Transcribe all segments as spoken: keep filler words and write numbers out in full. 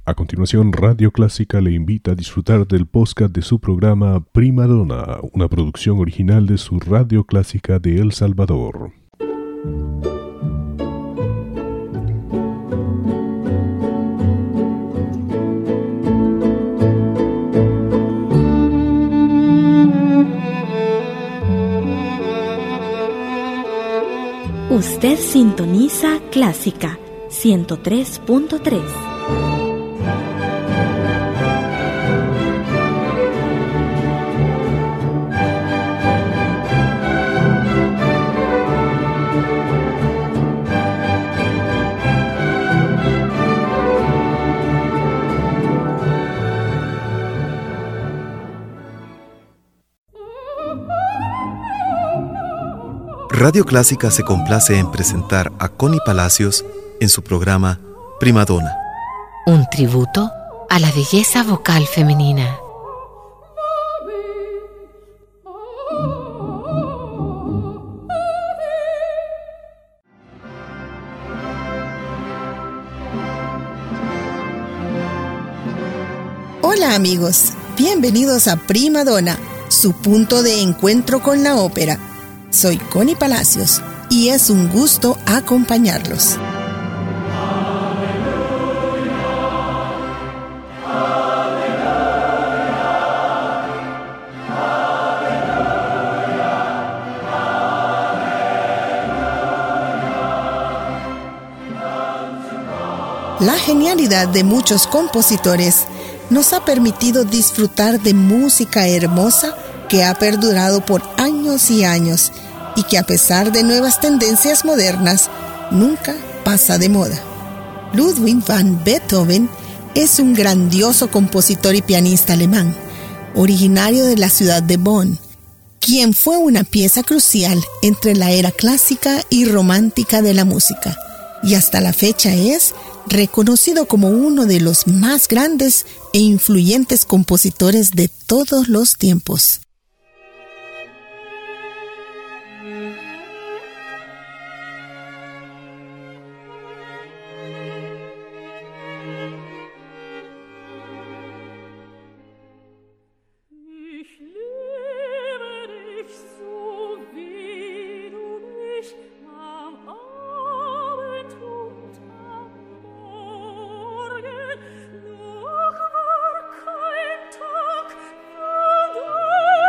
A continuación, Radio Clásica le invita a disfrutar del podcast de su programa Prima Donna, una producción original de su Radio Clásica de El Salvador. Usted sintoniza Clásica ciento tres punto tres. Radio Clásica se complace en presentar a Connie Palacios en su programa Prima Donna. Un tributo a la belleza vocal femenina. Hola amigos, bienvenidos a Prima Donna, su punto de encuentro con la ópera. Soy Connie Palacios y es un gusto acompañarlos. La genialidad de muchos compositores nos ha permitido disfrutar de música hermosa que ha perdurado por años y años y que a pesar de nuevas tendencias modernas, nunca pasa de moda. Ludwig van Beethoven es un grandioso compositor y pianista alemán, originario de la ciudad de Bonn, quien fue una pieza crucial entre la era clásica y romántica de la música, y hasta la fecha es reconocido como uno de los más grandes e influyentes compositores de todos los tiempos. Oh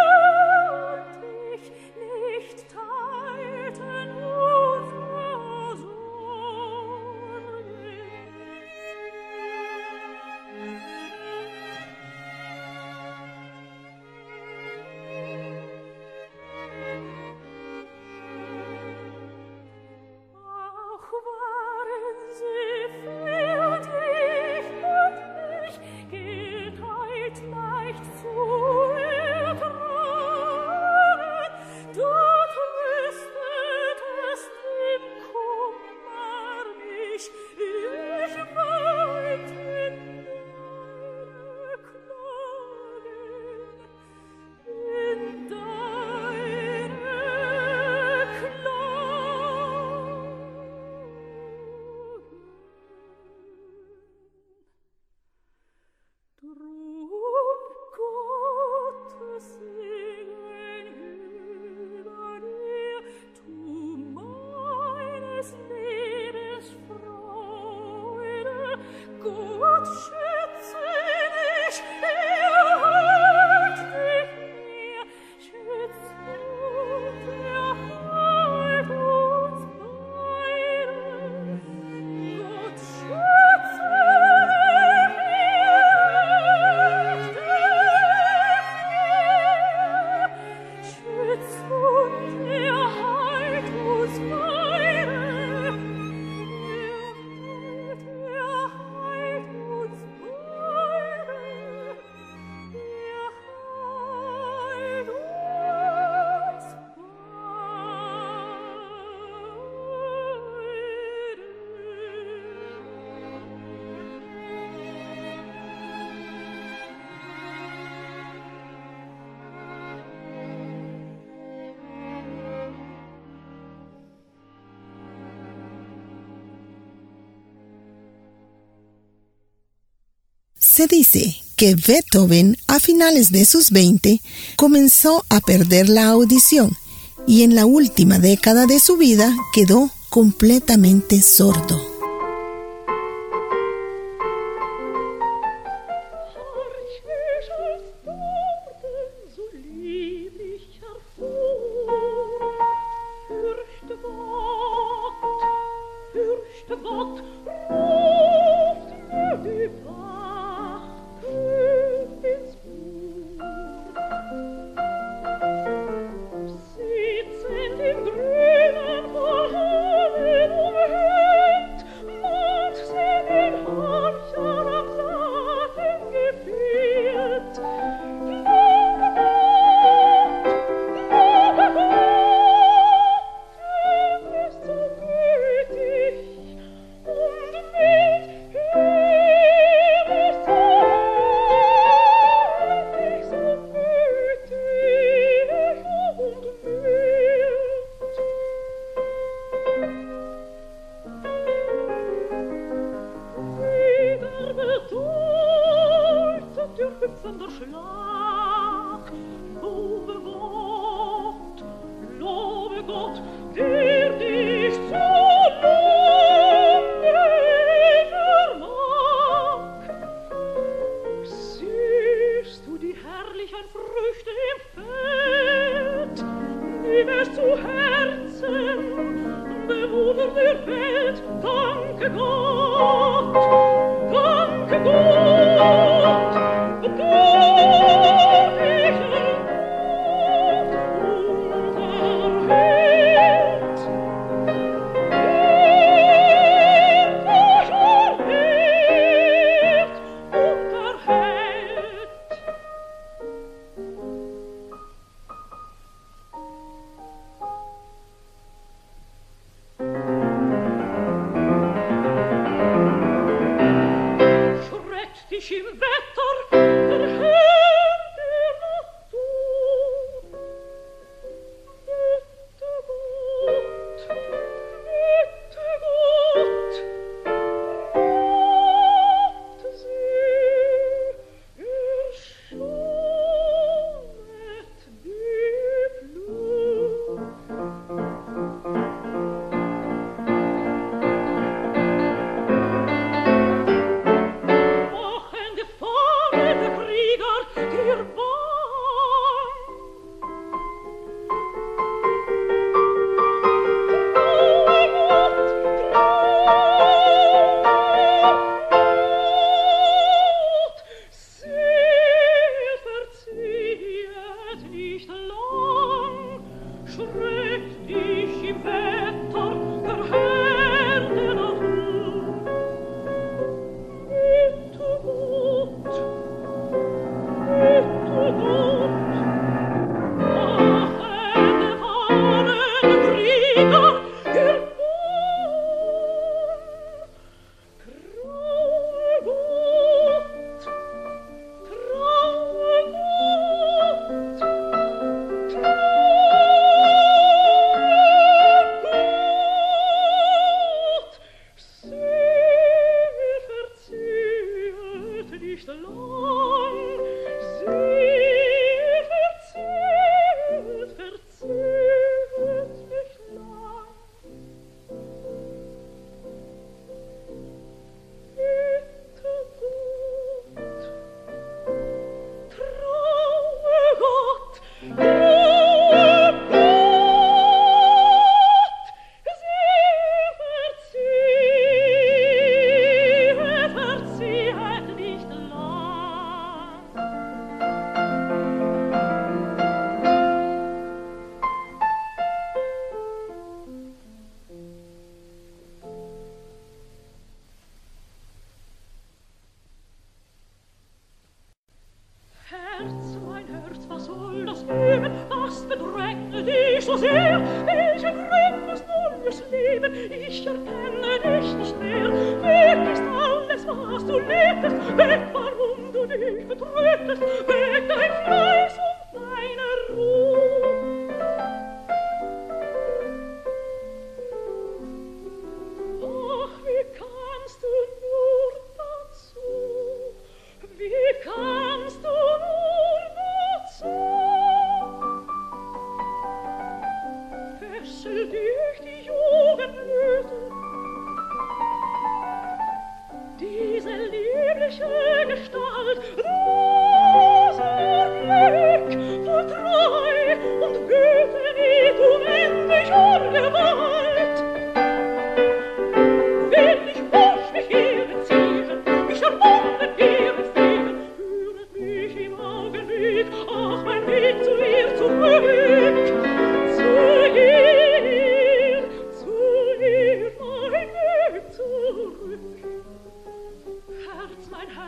Se dice que Beethoven, a finales de sus veinte, comenzó a perder la audición y en la última década de su vida quedó completamente sordo.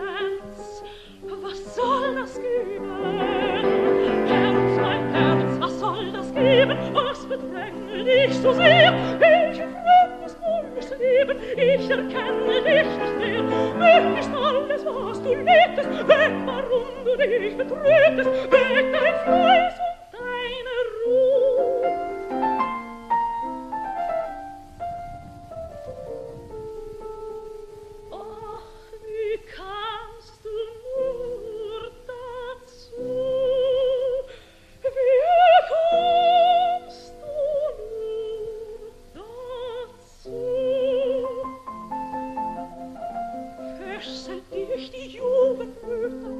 Herz, was soll das geben? Herz, mein Herz, was soll das geben? Was bedrängt dich so sehr? Ich fremdes neues Leben, ich erkenne dich nicht mehr. Weg ist alles, was du lebtest, weg, warum du dich betrübtest, weg dein Fleiß und deine Ruhe. Ach, wie kannst du nur dazu? Wie kommst du nur dazu? Fesselt dich die Jugendmütter,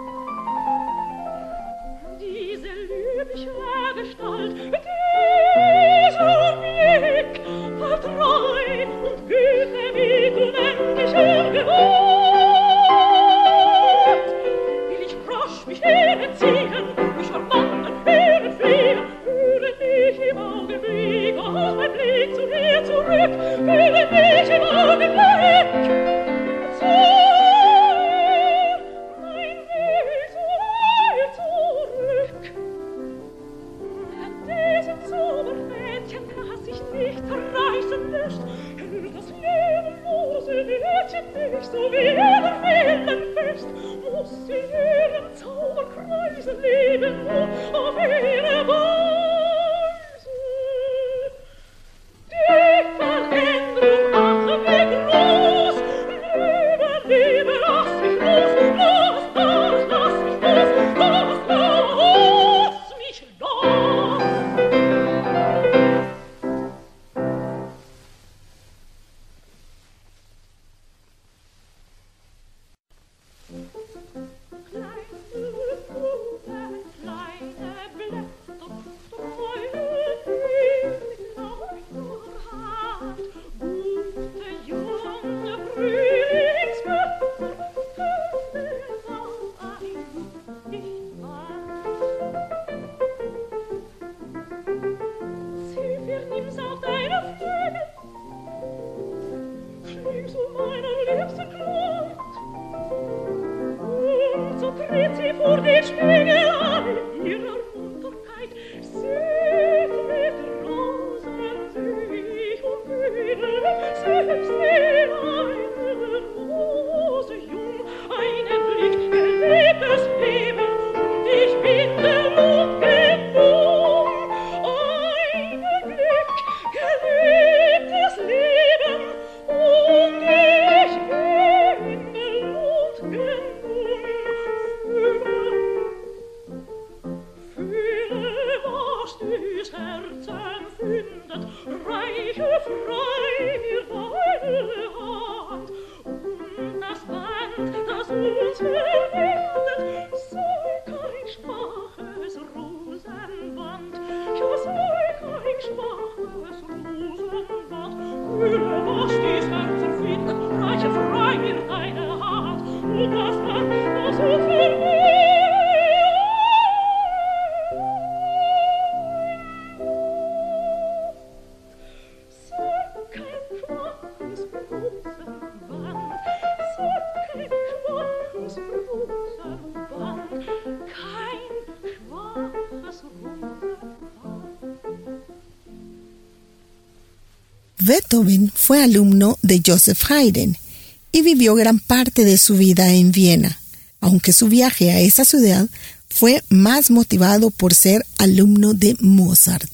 diese liebliche Gestalt, dieser Blick, Vertreu und Güte mit unendlicher Gewalt. Will ich rasch mich herziehen, mich verwandeln, herfliehen, fühle dich im Augenblick, auch mein Blick zu dir zurück, fühle dich im Augenblick. So wie er Willenfest muss sie ihren Zauberkreis leben auf ihre Weise. Die Veränderung, ach wie groß, Liebe, Liebe, lass mich los, los, los, lass mich los, los, los, mich los. Beethoven fue alumno de Joseph Haydn y vivió gran parte de su vida en Viena, aunque su viaje a esa ciudad fue más motivado por ser alumno de Mozart.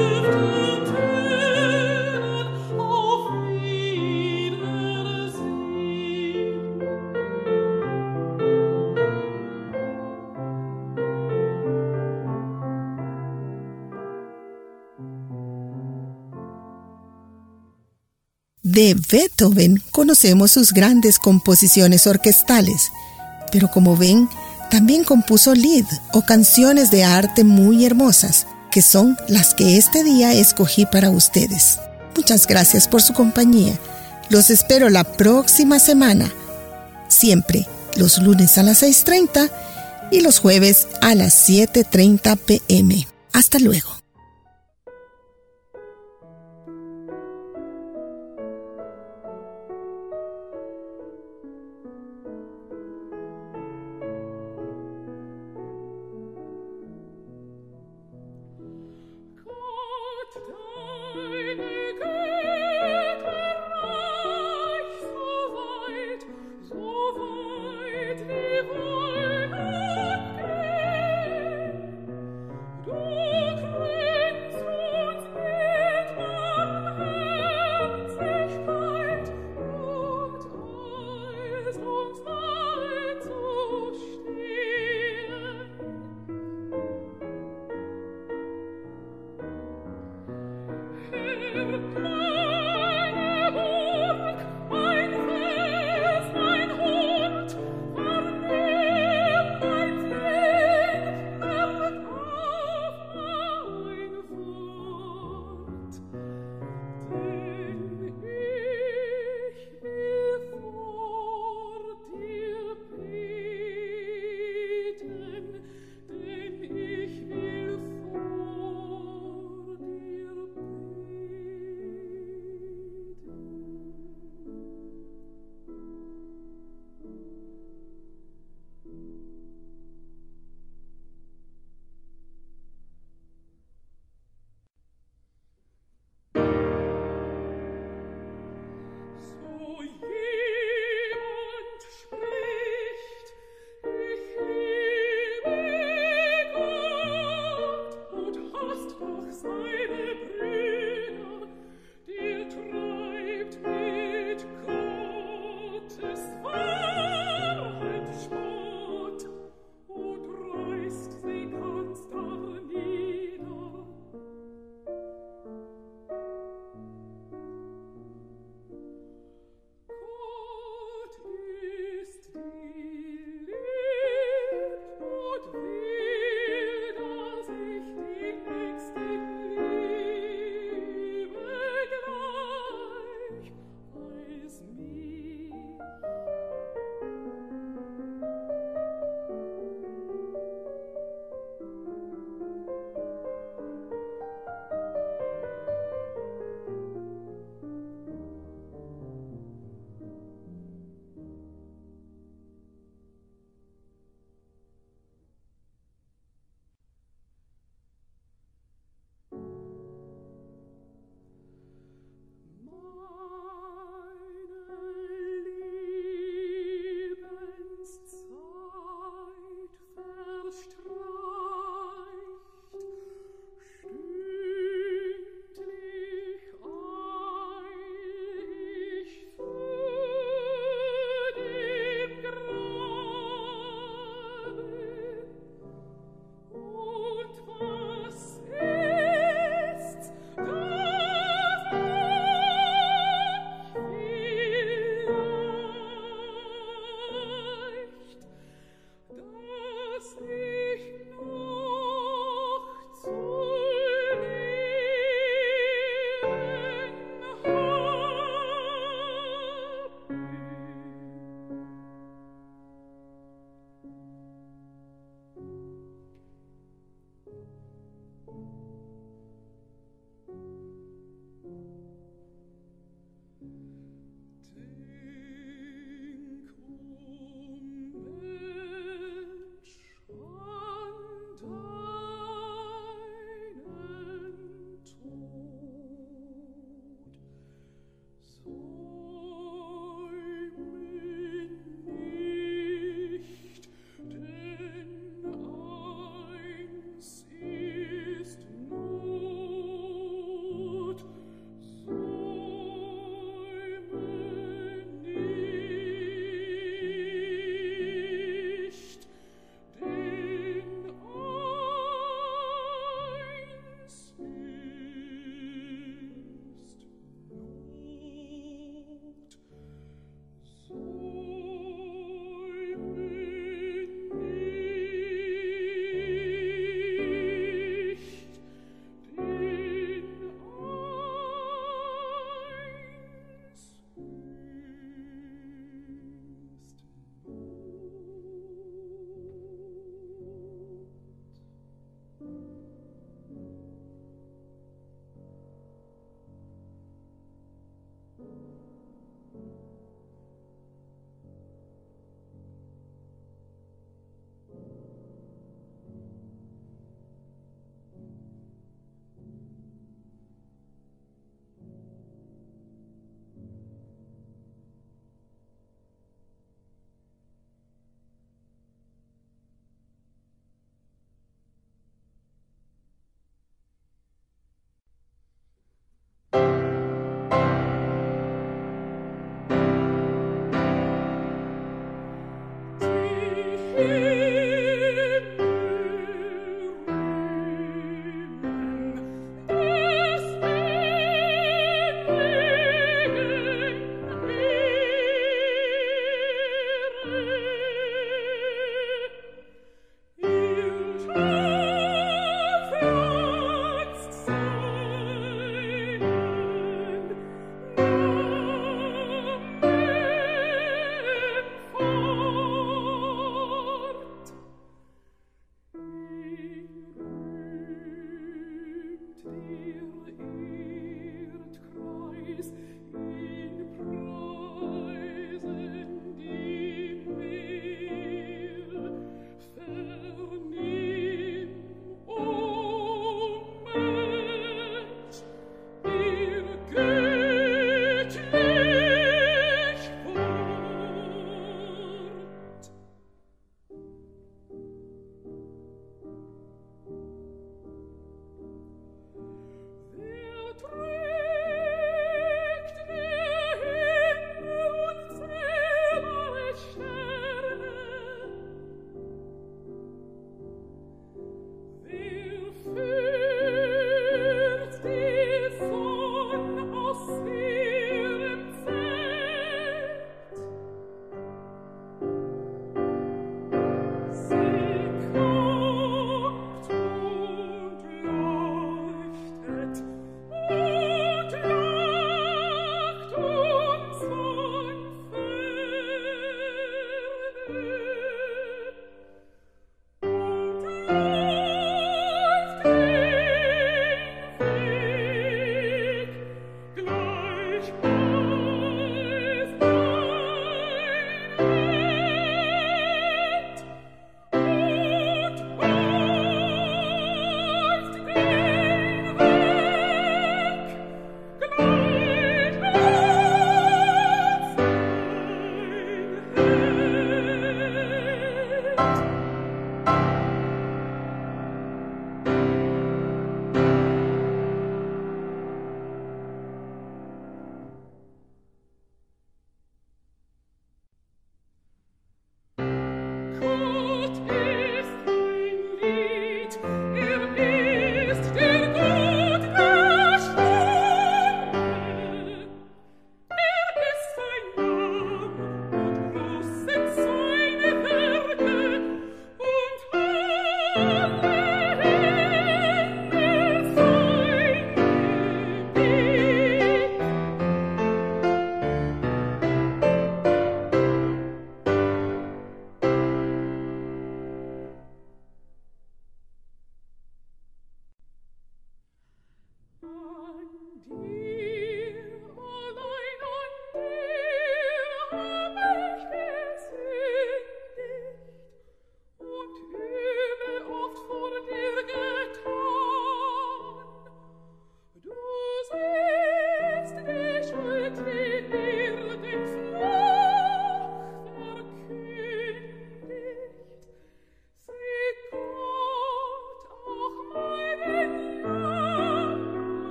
De Beethoven conocemos sus grandes composiciones orquestales, pero como ven, también compuso Lied o canciones de arte muy hermosas, que son las que este día escogí para ustedes. Muchas gracias por su compañía. Los espero la próxima semana, siempre los lunes a las seis treinta y los jueves a las siete treinta pe eme. Hasta luego.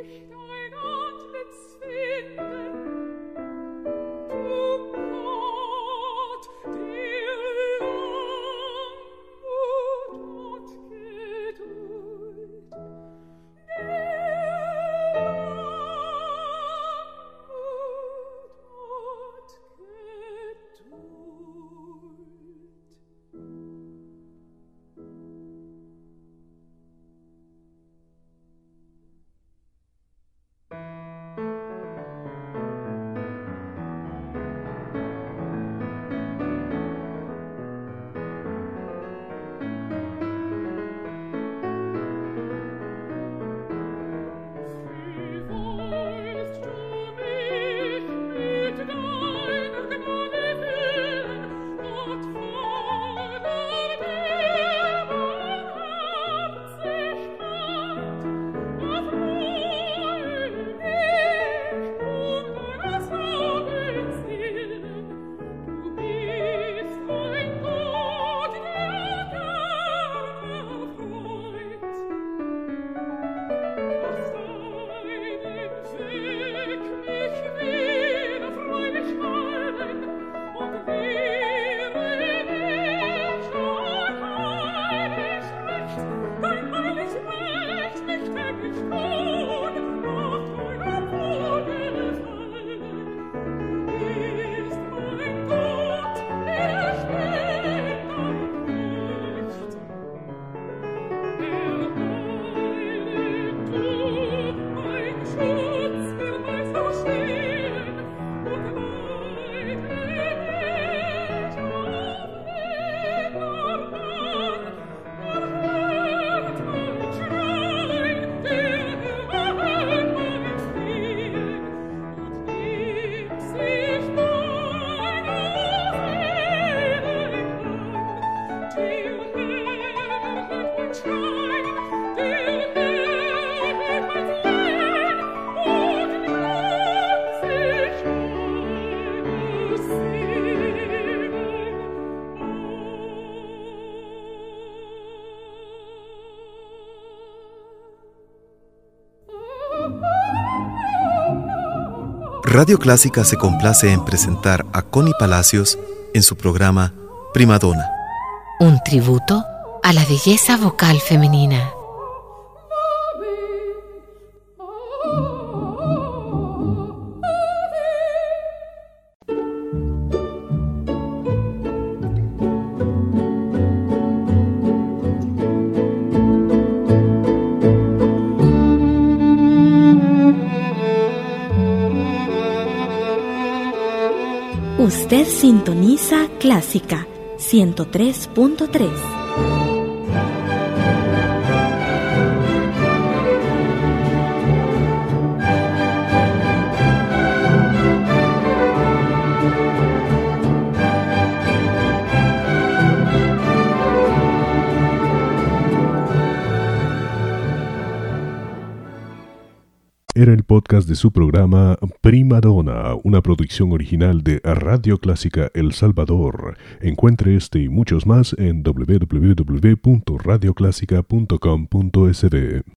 Radio Clásica se complace en presentar a Connie Palacios en su programa Primadona. Un tributo a la belleza vocal femenina. Usted sintoniza Clásica ciento tres punto tres. Era el podcast de su programa Primadona, una producción original de Radio Clásica El Salvador. Encuentre este y muchos más en doble u doble u doble u punto radio clásica punto com punto es be.